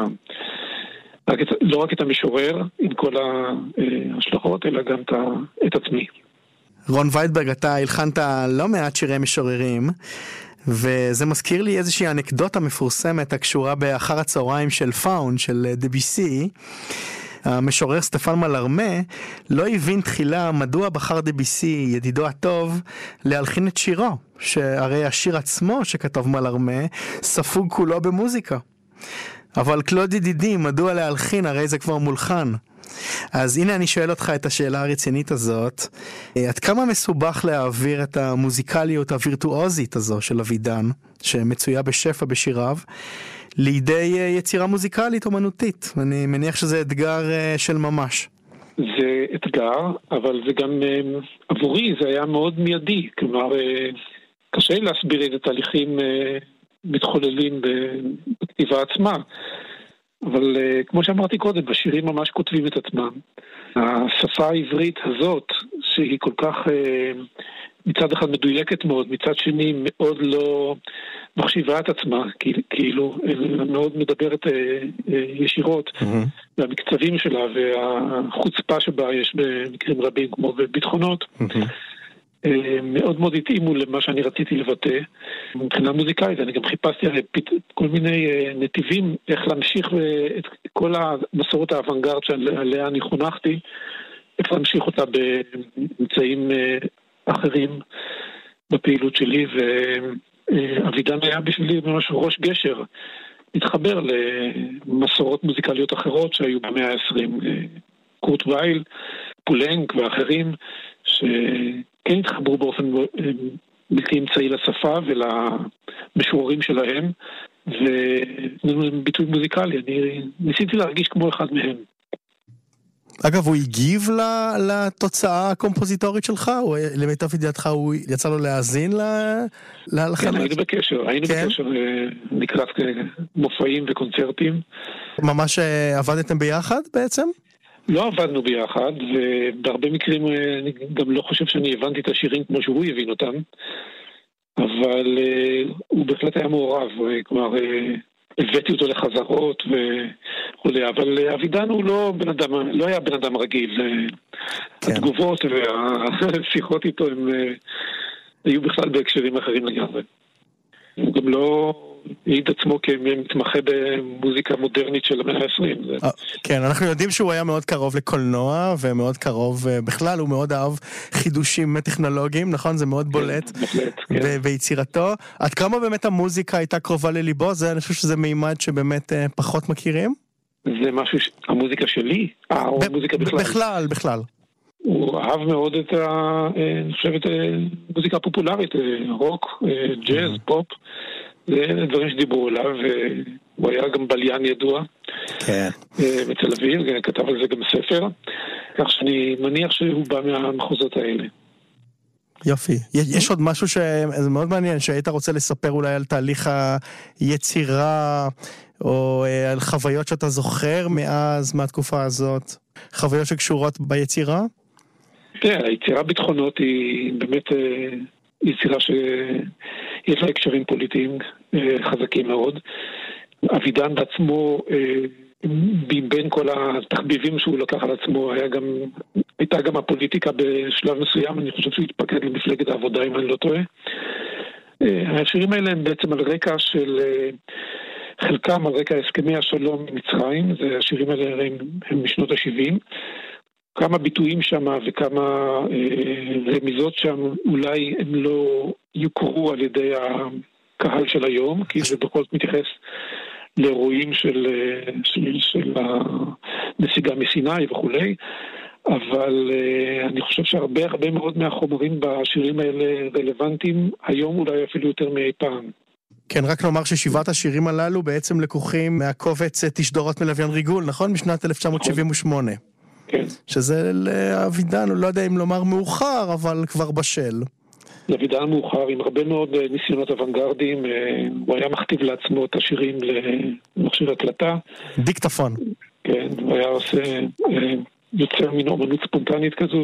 רק את המשורר עם כל ההשלכות, אלא גם את עצמי. רון ויידברג, אתה הלחנת לא מעט שירי משוררים, וזה מזכיר לי איזושהי אנקדוטה מפורסמת הקשורה באחר הצהריים של פאון, של דביסי. המשורר סטפן מלרמה לא הבין תחילה מדוע בחר דביסי, ידידו הטוב, להלחין את שירו, שהרי השיר עצמו שכתב מלרמה ספוג כולו במוזיקה. אבל קלוד ידידי, מדוע להלחין? הרי זה כבר מולחן. אז הנה אני שואל אותך את השאלה הרצינית הזאת, עד כמה מסובך להעביר את המוזיקליות הווירטואוזית הזו של אבידן, שמצויה בשפע בשיריו, לידי יצירה מוזיקלית אומנותית? אני מניח שזה אתגר של ממש. זה אתגר, אבל זה גם עבורי זה היה מאוד מיידי, כלומר קשה להסביר את התהליכים מתחוללים בכתיבה עצמה. אבל כמו שאמרתי קודם, בשירים ממש כותבים את עצמם. השפה העברית הזאת, שהיא כל כך מצד אחד מדויקת מאוד, מצד שני מאוד לא מחשיבה את עצמה, כאילו מאוד מדברת ישירות, והמקצבים שלה והחוצפה שבה יש במקרים רבים כמו בביטחונות, מאוד מאוד התאימו למה שאני רציתי לבטא. מבחינה מוזיקלית, אני גם חיפשתי כל מיני נתיבים איך להמשיך את כל המסורת האוונגרד שעליה אני חונכתי, איך להמשיך אותה באמצעים אחרים בפעילות שלי, ואבידן היה בשבילי ממש ראש גשר להתחבר למסורות מוזיקליות אחרות שהיו במאה ה-20, קורט וייל, פולנק ואחרים, שכן התחברו באופן בלתי אמצעי לשפה ולמשוררים שלהם, ונתנו ביטוי מוזיקלי. אני ניסיתי להרגיש כמו אחד מהם. אגב, הוא הגיב לתוצאה הקומפוזיטורית שלך? או למיטב ידיעתך הוא יצא לו להאזין להלחנה? כן, היינו בקשר לקראת מופעים וקונצרטים. ממש עבדתם ביחד בעצם? לא עבדנו ביחד, ובהרבה מקרים אני גם לא חושב שאני הבנתי את השירים כמו שהוא הבין אותם, אבל הוא בהחלט היה מעורב, כלומר הבאתי אותו לחזרות וכולי, אבל אבידן הוא לא היה בן אדם רגיל, התגובות והשיחות איתו הם היו בכלל בהקשרים אחרים לגמרי. הוא גם לא העיד עצמו כמתמחה במוזיקה מודרנית של המאה ה-20. כן, אנחנו יודעים שהוא היה מאוד קרוב לקולנוע, ומאוד קרוב, בכלל הוא מאוד אהב חידושים טכנולוגיים, נכון? זה מאוד בולט ביצירתו. עד כמה באמת המוזיקה הייתה קרובה לליבו? אני חושב שזה מימד שבאמת פחות מכירים? זה משהו, המוזיקה שלי? או המוזיקה בכלל? בכלל. הוא אהב מאוד אני חושב, את מוזיקה פופולרית, רוק, ג'אז, פופ. זה דברים שדיברו עליו, והוא היה גם בליין ידוע בתל אביב, כתב על זה גם ספר, כך שאני מניח שהוא בא מהמחוזות האלה. יופי. יש עוד משהו שזה מאוד מעניין, שהיית רוצה לספר אולי על תהליך היצירה, או על חוויות שאתה זוכר מהתקופה הזאת, חוויות שקשורות ביצירה? כן, היצירה ביטחונות היא באמת יצירה שיש לה הקשרים פוליטיים חזקים מאוד. אבידן בעצמו, בין כל התחביבים שהוא לקח על עצמו, הייתה גם הפוליטיקה בשלב מסוים, אני חושב שהוא התפקד למפלגת העבודה, אם אני לא טועה. השירים האלה הם בעצם על רקע של, חלקם על רקע הסכמי השלום ממצרים, השירים האלה הם משנות ה-70, כמה ביטויים שם וכמה רמיזות שם, אולי הם לא יוכרו על ידי הקהל של היום, כי זה בכל זאת מתייחס לאירועים של הנסיגה מסיני וכולי, אבל אני חושב שהרבה מאוד מהחומרים בשירים האלה רלוונטיים, היום אולי אפילו יותר מאי פעם. כן, רק נאמר ששבעת השירים הללו בעצם לקוחים מהקובץ תשדורות מלוויין ריגול, נכון? משנת 1978. כן. שזה לאבידן, לא יודע אם לומר מאוחר, אבל כבר בשל. לאבידן מאוחר, עם הרבה מאוד ניסיונות אוונגרדיים, הוא היה מכתיב לעצמו את השירים למכשיר הקלטה. דיקטפון. כן, הוא היה עושה יוצר מין אומנות ספונטנית כזו,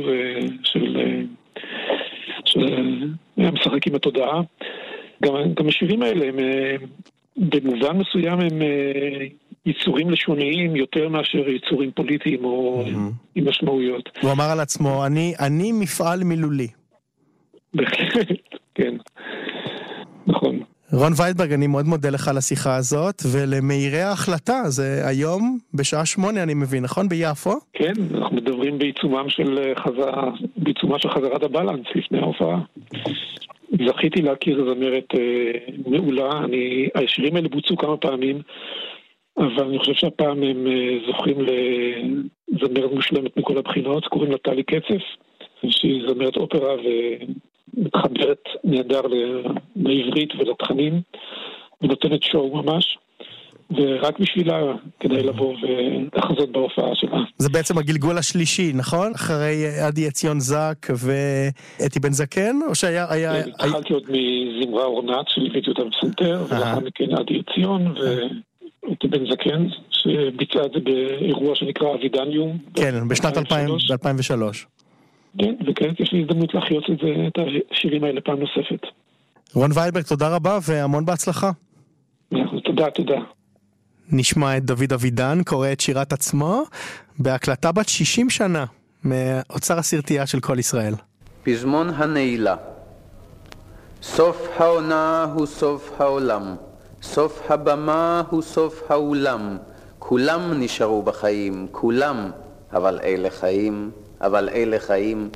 היה משחק עם התודעה. גם השירים האלה, במובן מסוים הם יצורים לשוניים יותר מאשר יצורים פוליטיים או עם משמעויות. הוא אמר על עצמו, אני מפעל מילולי. בהחלט, כן. נכון. רון ויידברג, אני מאוד מודה לך על השיחה הזאת, ולמהירי ההחלטה, זה היום בשעה 8 אני מבין, נכון? ביפו? כן, אנחנו מדברים בעיצומה של חזרת הבלנס לפני ההופעה. זכיתי להכיר זמרת מעולה, השירים האלה בוצעו כמה פעמים, אבל אני חושב שהפעם הם זוכים לזמרת מושלמת מכל הבחינות, קוראים לה טלי קצף, שהיא זמרת אופרה ומתחברת נהדר לעברית ולתכנים, ונותנת שואו ממש, ורק בשבילה כדאי לבוא ולחזות בהופעה שלה. זה בעצם הגלגול השלישי, נכון? אחרי עדי עציון זק ואתי בן זקן? או שהיה... התחלתי עוד מזמרה אורנת, שליוויתי אותה בפסנתר, ולאחר מכן עדי עציון ואתי בן זקן, שביצע את זה באירוע שנקרא אבידניום. כן, בשנת 2003. כן, וכעת יש לי הזדמנות להחיות את השירים האלה פעם נוספת. רון וייברג, תודה רבה והמון בהצלחה. תודה. נשמע את דוד אבידן קורא את שירת עצמו בהקלטה בת 60 שנה מאוצר הסרטייה של כל ישראל. פזמון הנעילה. סוף העונה הוא סוף העולם, סוף הבמה הוא סוף האולם, כולם נשארו בחיים, כולם, אבל אלה חיים, אבל אלה חיים.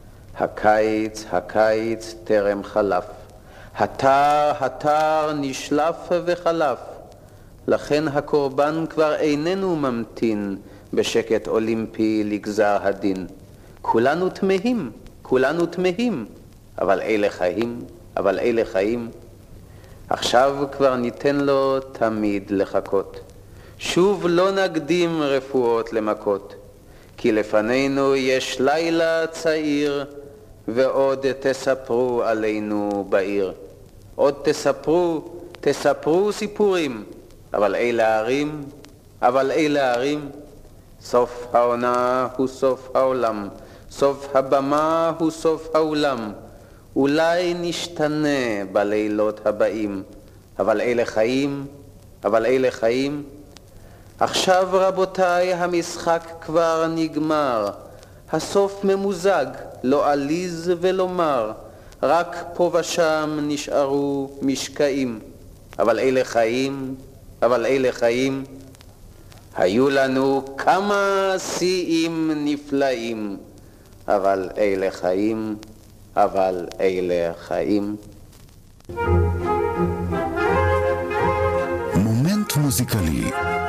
הקיץ טרם חלף, התר נשלף וחלף, לכן הקורבן כבר איננו ממתין בשקט אולימפי לגזר הדין. כולנו תמהים, אבל אלה חיים, אבל אלה חיים. עכשיו כבר ניתן לו תמיד לחכות, שוב לא נקדים רפואות למכות, כי לפנינו יש לילה צעיר, ועוד תספרו עלינו בעיר. עוד תספרו סיפורים, אבל אלה ערים, סוף העונה הוא סוף העולם, סוף הבמה הוא סוף האולם. אולי נשתנה בלילות הבאים, אבל אלה חיים. עכשיו רבותיי, המשחק כבר נגמר, הסוף ממוזג, לא עליז ולא מר, רק פה ושם נשארו משקעים, אבל אלה חיים. היו לנו כמה שיאים נפלאים, אבל אלה חיים. מומנט מוזיקלי.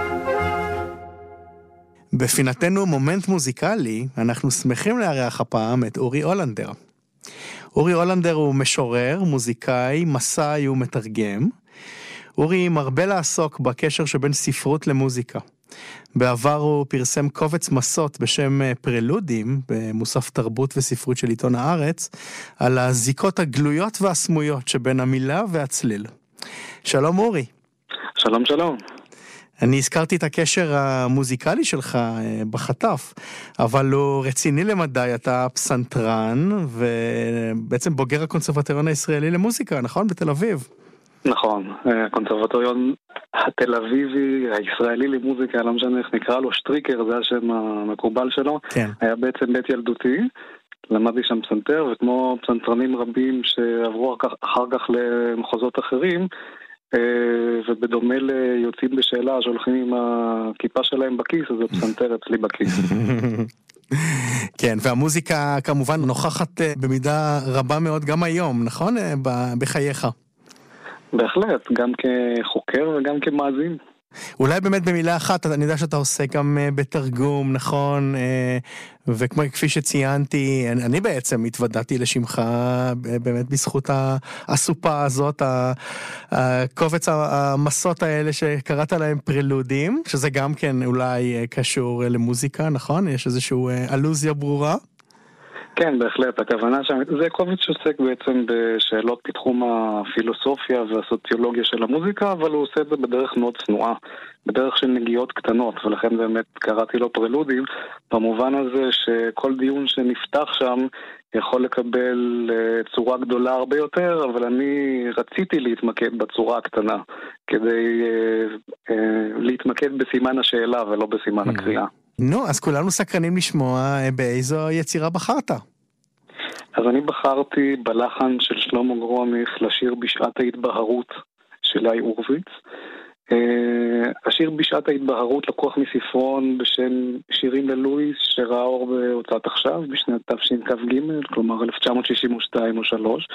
בפינתנו מומנט מוזיקלי, אנחנו שמחים לארח הפעם את אורי אולנדר. אורי אולנדר הוא משורר, מוזיקאי, מסאי ומתרגם. אורי מרבה לעסוק בקשר שבין ספרות למוזיקה. בעבר הוא פרסם קובץ מסות בשם פרלודים, במוסף תרבות וספרות של עיתון הארץ, על הזיקות הגלויות והסמויות שבין המילה והצליל. שלום אורי. שלום. אני הזכרתי את הקשר המוזיקלי שלך בחטף, אבל הוא רציני למדי, אתה פסנתרן, ובעצם בוגר הקונסרבטוריון הישראלי למוזיקה, נכון? בתל אביב. נכון, הקונסרבטוריון התל אביבי, הישראלי למוזיקה, לא משנה איך נקרא לו, שטריקר, זה השם המקובל שלו, כן. היה בעצם בית ילדותי, למדתי שם פסנתר, וכמו פסנתרנים רבים שעברו אחר כך למחוזות אחרים, ובדומה ליוצאים בשאלה שהולכים עם הכיפה שלהם בכיס, אז זה פסנתר אצלי בכיס. כן, והמוזיקה כמובן נוכחת במידה רבה מאוד גם היום, נכון? בחייך. בהחלט, גם כחוקר וגם כמאזין. אולי באמת במילה אחת, אני יודע שאתה עושה גם בתרגום, נכון? וכפי שציינתי, אני בעצם התוודעתי לשמך באמת בזכות הסופה הזאת, הקובץ המסות האלה שקראת להם פרלודים, שזה גם כן אולי קשור למוזיקה, נכון? יש איזשהו אלוזיה ברורה? כן, בהחלט. הכוונה שם, זה קובץ שעוסק בעצם בשאלות בתחום הפילוסופיה והסוציולוגיה של המוזיקה, אבל הוא עושה את זה בדרך מאוד צנועה, בדרך של נגיעות קטנות, ולכן באמת קראתי לו פרלודים, במובן הזה שכל דיון שנפתח שם יכול לקבל צורה גדולה הרבה יותר, אבל אני רציתי להתמקד בצורה הקטנה, כדי להתמקד בסימן השאלה ולא בסימן הקריאה. נו, אז כולנו סקרנים לשמוע באיזו יצירה בחרת. אז אני בחרתי בלחן של שלמה גרוניך לשיר בשעת ההתבהרות של איי הורוביץ. השיר בשעת ההתבהרות לקוח מספרון בשם שירים ללואיס שראה אור בהוצאת עכשיו בשנת תשכ"ג, כלומר 1962 או 3.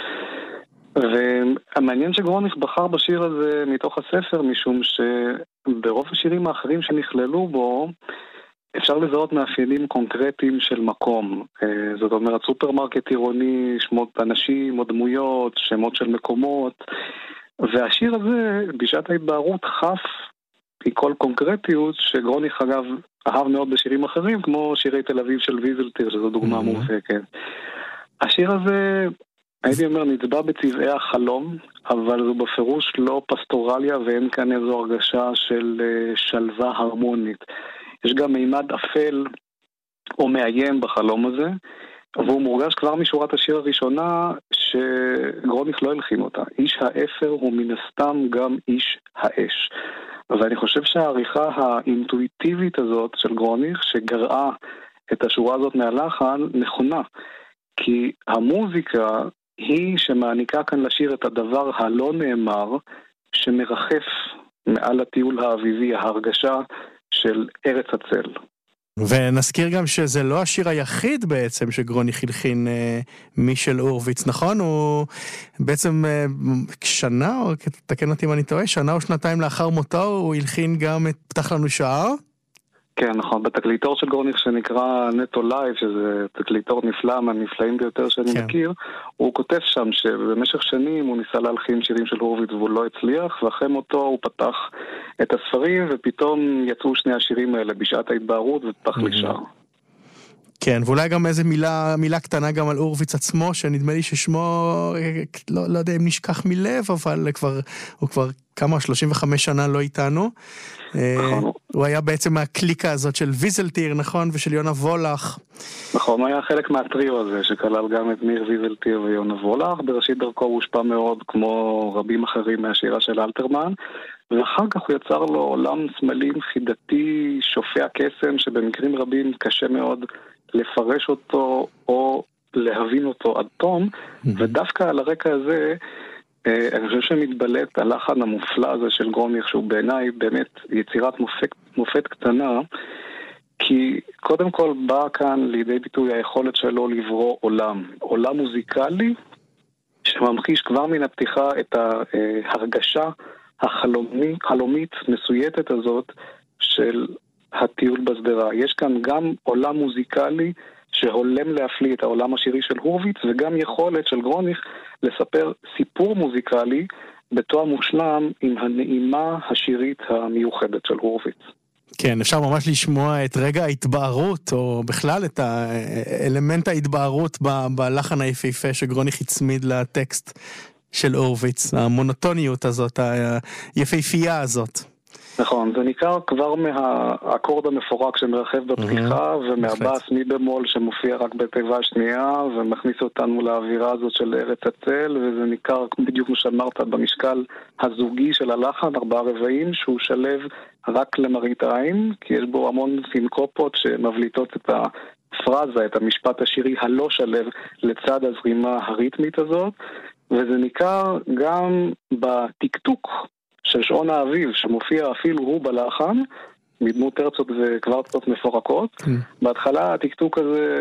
והמעניין שגרוניך בחר בשיר הזה מתוך הספר, משום שברוב השירים האחרים שנכללו בו אפשר לזהות מאפיינים קונקרטיים של מקום. זאת אומרת, סופרמרקט עירוני, שמות אנשים או דמויות, שמות של מקומות. והשיר הזה, בשעת ההתבהרות, חף מכל קונקרטיות, שגרוניך אגב אהב מאוד בשירים אחרים, כמו שירי תל אביב של ויזלטיר, שזו דוגמה מובהקת. השיר הזה, הייתי אומר, נצבע בצבעי החלום, אבל זו בפירוש לא פסטורליה, ואין כאן איזו הרגשה של שלווה הרמונית. יש גם מימד אפל או מאיים בחלום הזה, והוא מורגש כבר משורת השיר הראשונה שגרוניך לא הלחין אותה. איש האפר הוא מן הסתם גם איש האש. ואני חושב שהעריכה האינטואיטיבית הזאת של גרוניך, שגרעה את השורה הזאת מהלחן, נכונה. כי המוזיקה היא שמעניקה כאן לשיר את הדבר הלא נאמר, שמרחף מעל הטיול האביבי, ההרגשה של ארץ הצל. ונזכיר גם שזה לא השיר היחיד בעצם שגרוניך הלחין מישל הורוביץ, נכון? הוא בעצם שנה, או תקן אותי אם אני טועה, שנה או שנתיים לאחר מותו הוא הלחין גם את פתח לנו שער? כן, נכון, בתקליטור של גרוניך שנקרא נטו לייב, שזה תקליטור נפלא, מהנפלאים ביותר שאני מכיר, הוא כותב שם שבמשך שנים הוא ניסה להלחין שירים של הורוביץ והוא לא הצליח, ואחרי מותו הוא פתח את הספרים ופתאום יצאו שני השירים האלה בשעת ההתבהרות ופתח לי שער. כן, ואולי גם איזה מילה קטנה גם על הורוביץ עצמו, שנדמה לי ששמו, לא יודע אם נשכח מלב, אבל הוא כבר כמה 35 שנה לא איתנו. הוא היה בעצם מהקליקה הזאת של ויזלטיר, נכון? ושל יונה וולך. נכון, הוא היה חלק מהטריו הזה, שכלל גם את ניר ויזלטיר ויונה וולך. בראשית דרכו הוא הושפע מאוד, כמו רבים אחרים מהשירה של אלתרמן. ואחר כך הוא יצר לו עולם סמלים חידתי, שופע קסם, שבמקרים רבים קשה מאוד לפרש אותו או להבין אותו עד תום, ודווקא על הרקע הזה, אני חושב שמתבלט הלחן המופלא הזה של גרוניך, שהוא בעיניי באמת יצירת מופת קטנה, כי קודם כל בא כאן לידי ביטוי היכולת שלו לברוא עולם מוזיקלי, שממחיש כבר מן הפתיחה את ההרגשה החלומית מסויטת הזאת של הטיול בסדרה. יש כאן גם עולם מוזיקלי שהולם להפליא את העולם השירי של הורוביץ, וגם יכולת של גרוניך לספר סיפור מוזיקלי בתואם מושלם עם הנעימה השירית המיוחדת של הורוביץ. כן, אפשר ממש לשמוע את רגע ההתבהרות, או בכלל את האלמנט ההתבהרות בלחן היפהפה שגרוניך הצמיד לטקסט של הורוביץ, המונוטוניות הזאת, היפהפייה הזאת. נכון, זה ניכר כבר מהאקורד המפורק שמרחב בפתיחה, ומהבאס מי במול שמופיע רק בתיבה השנייה, ומכניס אותנו לאווירה הזאת של ארץ הצל, וזה ניכר בדיוק כמו שאמרת במשקל הזוגי של הלחן, 4 רבעים, שהוא שלב רק למראית עין, כי יש בו המון סינקופות שמבליטות את הפרזה, את המשפט השירי הלא שלב, לצד הזרימה הריתמית הזאת, וזה ניכר גם בתקתוק של שעון האביב, שמופיע אפילו הוא בלחן, מדמות הרצות וקוורטות מפורקות. בהתחלה התקתוק הזה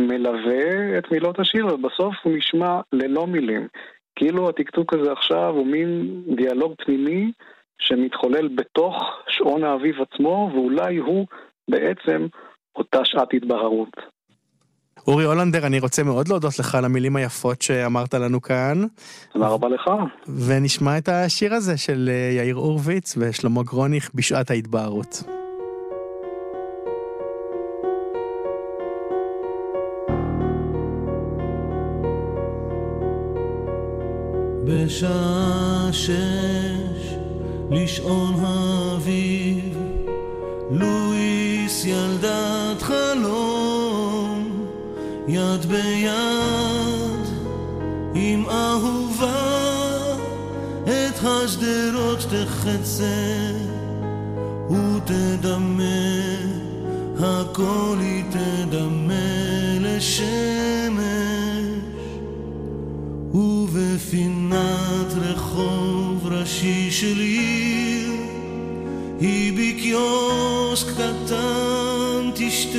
מלווה את מילות השיר, ובסוף הוא נשמע ללא מילים. כאילו התקתוק הזה עכשיו הוא מין דיאלוג פנימי, שמתחולל בתוך שעון האביב עצמו, ואולי הוא בעצם אותה שעת התבהרות. אורי הולנדר, אני רוצה מאוד להודות לך על המילים היפות שאמרת לנו כאן. תודה רבה לך. ונשמע את השיר הזה של יאיר הורוביץ ושלמה גרוניך בשעת ההתבהרות. בשעה 6 לשעון האביב, לואיס ילדת חלום, יד ביד עם אהובה, את השדרות תחצה ותדמה, הכל היא תדמה לשמש, ובפינת רחוב ראשי של עיר, היא בקיוסק קטן תשתה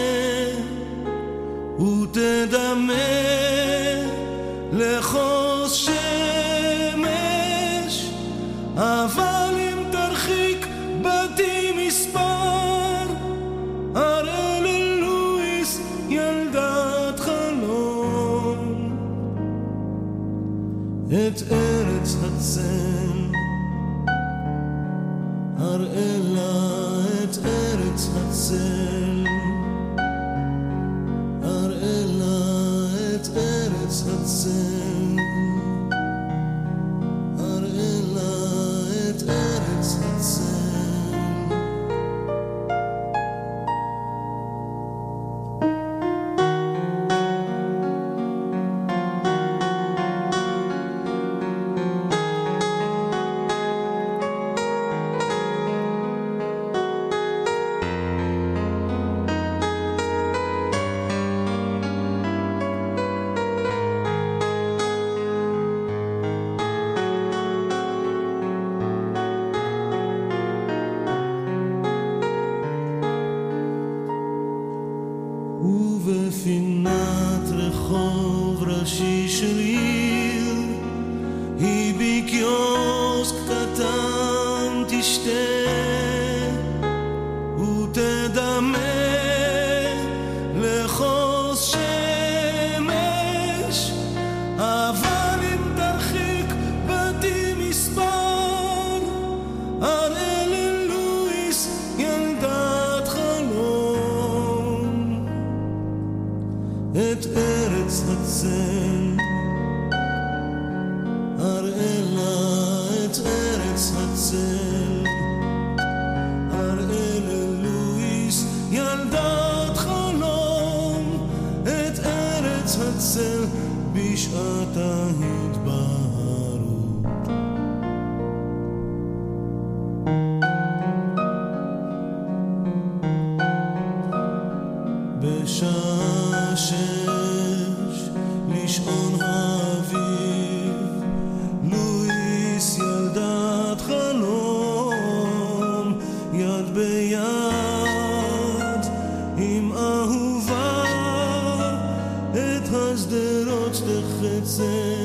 ותדמה לחוס שמש, אבל אם תרחיק בתי מספר, הרי ללואיס ילדת חלום, את ארץ הצל, הרי לה את ארץ הצל, ארץ הצל, אראה לה את ארץ הצל. הצל, הראה לה את ארץ הצל, הראה ללואיס ילדת חלום, את ארץ הצל בשעת ההתבהרות. בשעה 6 לשעון האביב, לואיס ילדת חלום, יד ביד עם אהובה, את השדרות שתחצה